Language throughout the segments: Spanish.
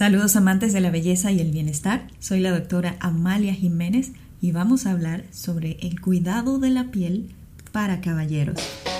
Saludos amantes de la belleza y el bienestar, soy la doctora Amalia Jiménez y vamos a hablar sobre el cuidado de la piel para caballeros.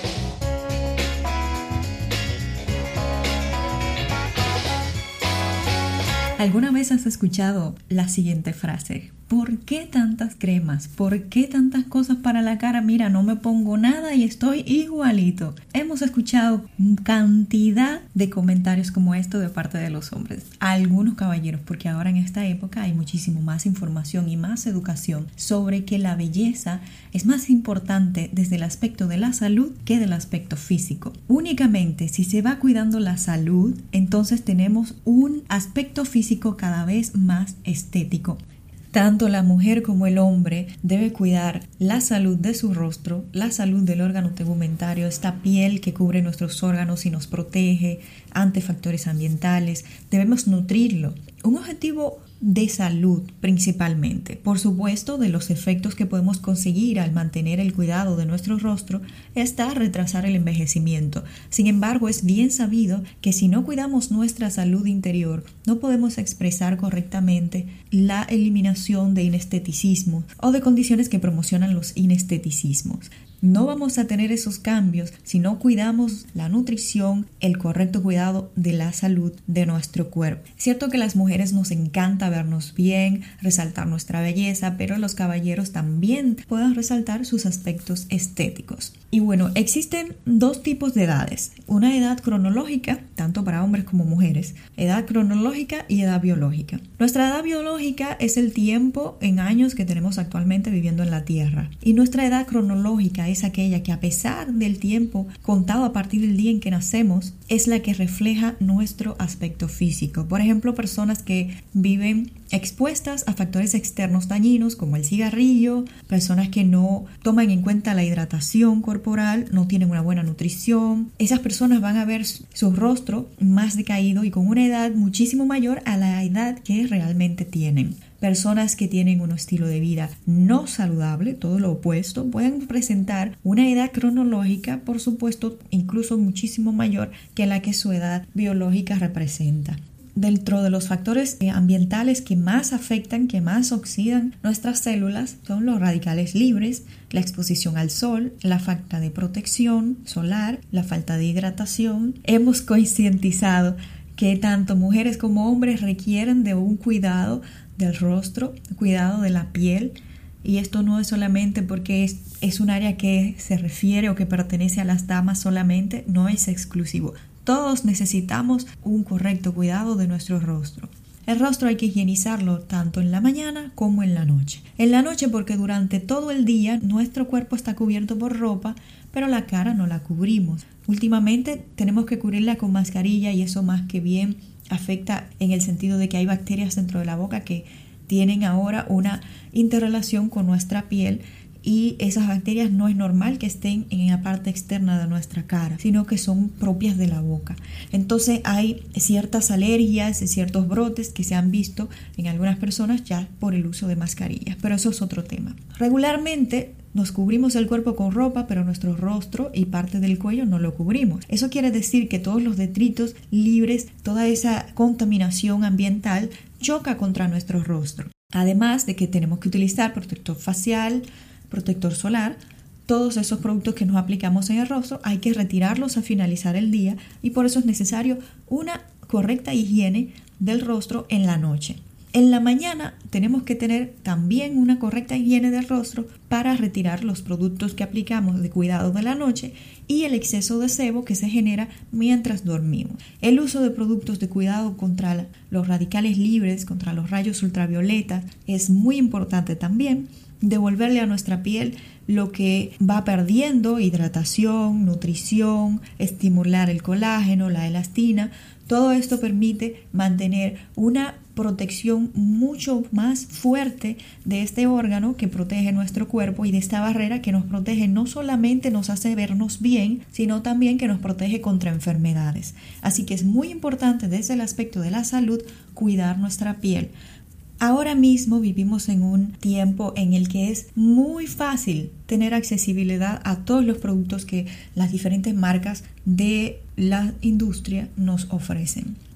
¿Alguna vez has escuchado la siguiente frase? ¿Por qué tantas cremas? ¿Por qué tantas cosas para la cara? Mira, no me pongo nada y estoy igualito. Hemos escuchado cantidad de comentarios como esto de parte de los hombres. Algunos caballeros, porque ahora en esta época hay muchísimo más información y más educación sobre que la belleza es más importante desde el aspecto de la salud que del aspecto físico. Únicamente si se va cuidando la salud, entonces tenemos un aspecto físico cada vez más estético. Tanto la mujer como el hombre debe cuidar la salud de su rostro, la salud del órgano tegumentario, esta piel que cubre nuestros órganos y nos protege ante factores ambientales. Debemos nutrirlo. Un objetivo de salud principalmente. Por supuesto, de los efectos que podemos conseguir al mantener el cuidado de nuestro rostro está retrasar el envejecimiento. Sin embargo, es bien sabido que si no cuidamos nuestra salud interior, no podemos expresar correctamente la eliminación de inesteticismos o de condiciones que promocionan los inesteticismos. No vamos a tener esos cambios si no cuidamos la nutrición, el correcto cuidado de la salud de nuestro cuerpo. Cierto que a las mujeres nos encanta vernos bien, resaltar nuestra belleza, pero los caballeros también pueden resaltar sus aspectos estéticos. Y bueno, existen dos tipos de edades. Una edad cronológica, tanto para hombres como mujeres. Edad cronológica y edad biológica. Nuestra edad biológica es el tiempo en años que tenemos actualmente viviendo en la Tierra. Y nuestra edad cronológica es aquella que a pesar del tiempo contado a partir del día en que nacemos, es la que refleja nuestro aspecto físico. Por ejemplo, personas que viven expuestas a factores externos dañinos como el cigarrillo, personas que no toman en cuenta la hidratación corporal, no tienen una buena nutrición. Esas personas van a ver su rostro más decaído y con una edad muchísimo mayor a la edad que realmente tienen. Personas que tienen un estilo de vida no saludable, todo lo opuesto, pueden presentar una edad cronológica, por supuesto, incluso muchísimo mayor que la que su edad biológica representa. Dentro de los factores ambientales que más afectan, que más oxidan nuestras células son los radicales libres, la exposición al sol, la falta de protección solar, la falta de hidratación. Hemos concientizado que tanto mujeres como hombres requieren de un cuidado del rostro, cuidado de la piel. Y esto no es solamente porque es un área que se refiere o que pertenece a las damas solamente, no es exclusivo. Todos necesitamos un correcto cuidado de nuestro rostro. El rostro hay que higienizarlo tanto en la mañana como en la noche. En la noche porque durante todo el día nuestro cuerpo está cubierto por ropa, pero la cara no la cubrimos. Últimamente tenemos que cubrirla con mascarilla y eso más que bien afecta en el sentido de que hay bacterias dentro de la boca que tienen ahora una interrelación con nuestra piel. Y esas bacterias no es normal que estén en la parte externa de nuestra cara, sino que son propias de la boca. Entonces hay ciertas alergias, ciertos brotes que se han visto en algunas personas ya por el uso de mascarillas, pero eso es otro tema. Regularmente nos cubrimos el cuerpo con ropa, pero nuestro rostro y parte del cuello no lo cubrimos. Eso quiere decir que todos los detritos libres, toda esa contaminación ambiental choca contra nuestro rostro. Además de que tenemos que utilizar protector facial, protector solar, todos esos productos que nos aplicamos en el rostro hay que retirarlos al finalizar el día y por eso es necesario una correcta higiene del rostro en la noche. En la mañana tenemos que tener también una correcta higiene del rostro para retirar los productos que aplicamos de cuidado de la noche y el exceso de sebo que se genera mientras dormimos. El uso de productos de cuidado contra los radicales libres, contra los rayos ultravioleta es muy importante también. Devolverle a nuestra piel lo que va perdiendo, hidratación, nutrición, estimular el colágeno, la elastina. Todo esto permite mantener una protección mucho más fuerte de este órgano que protege nuestro cuerpo y de esta barrera que nos protege, no solamente nos hace vernos bien, sino también que nos protege contra enfermedades. Así que es muy importante desde el aspecto de la salud cuidar nuestra piel. Ahora mismo vivimos en un tiempo en el que es muy fácil tener accesibilidad a todos los productos que las diferentes marcas de la industria nos ofrecen.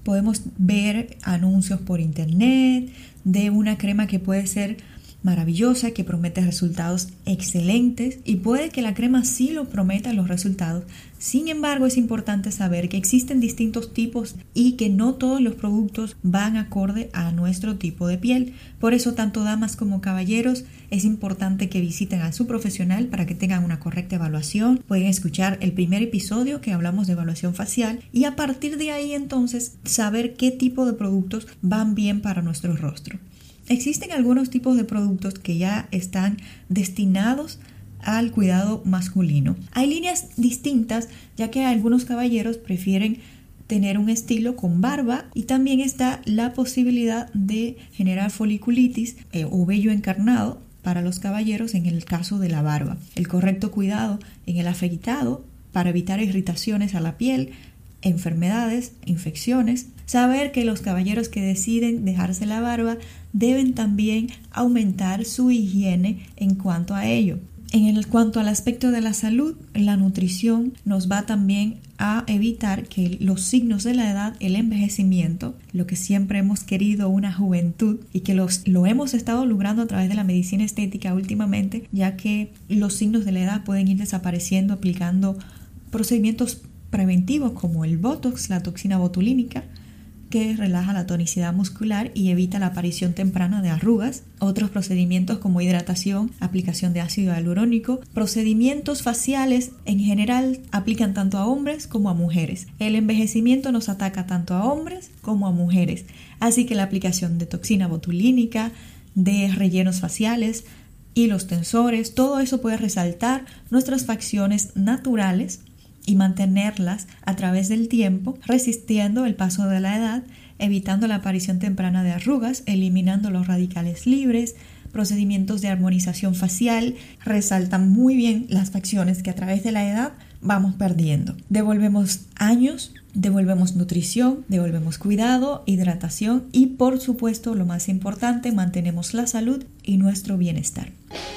podemos ver anuncios por internet de una crema que puede ser maravillosa, que promete resultados excelentes, y puede que la crema sí lo prometa los resultados. Sin embargo, es importante saber que existen distintos tipos y que no todos los productos van acorde a nuestro tipo de piel. Por eso, tanto damas como caballeros, es importante que visiten a su profesional para que tengan una correcta evaluación. Pueden escuchar el primer episodio que hablamos de evaluación facial y a partir de ahí entonces saber qué tipo de productos van bien para nuestro rostro. Existen algunos tipos de productos que ya están destinados al cuidado masculino. Hay líneas distintas, ya que algunos caballeros prefieren tener un estilo con barba, y también está la posibilidad de generar foliculitis o vello encarnado para los caballeros en el caso de la barba. El correcto cuidado en el afeitado para evitar irritaciones a la piel, enfermedades, infecciones. Saber que los caballeros que deciden dejarse la barba deben también aumentar su higiene en cuanto a ello. En cuanto al aspecto de la salud, la nutrición nos va también a evitar que los signos de la edad, el envejecimiento, lo que siempre hemos querido, una juventud, y que lo hemos estado logrando a través de la medicina estética últimamente, ya que los signos de la edad pueden ir desapareciendo aplicando procedimientos preventivos como el Botox, la toxina botulínica, que relaja la tonicidad muscular y evita la aparición temprana de arrugas. Otros procedimientos como hidratación, aplicación de ácido hialurónico. Procedimientos faciales en general aplican tanto a hombres como a mujeres. El envejecimiento nos ataca tanto a hombres como a mujeres. Así que la aplicación de toxina botulínica, de rellenos faciales, hilos tensores, todo eso puede resaltar nuestras facciones naturales y mantenerlas a través del tiempo, resistiendo el paso de la edad, evitando la aparición temprana de arrugas, eliminando los radicales libres. Procedimientos de armonización facial resaltan muy bien las facciones que a través de la edad vamos perdiendo. Devolvemos años, devolvemos nutrición, devolvemos cuidado, hidratación y, por supuesto, lo más importante, mantenemos la salud y nuestro bienestar.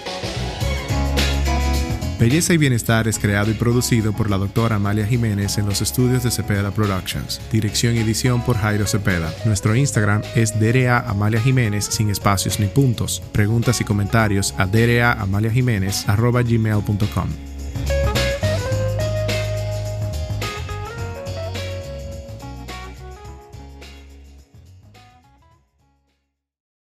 Belleza y Bienestar es creado y producido por la doctora Amalia Jiménez en los estudios de Cepeda Productions. Dirección y edición por Jairo Cepeda. Nuestro Instagram es DRA Amalia Jiménez sin espacios ni puntos. Preguntas y comentarios a draamaliajimenez@gmail.com.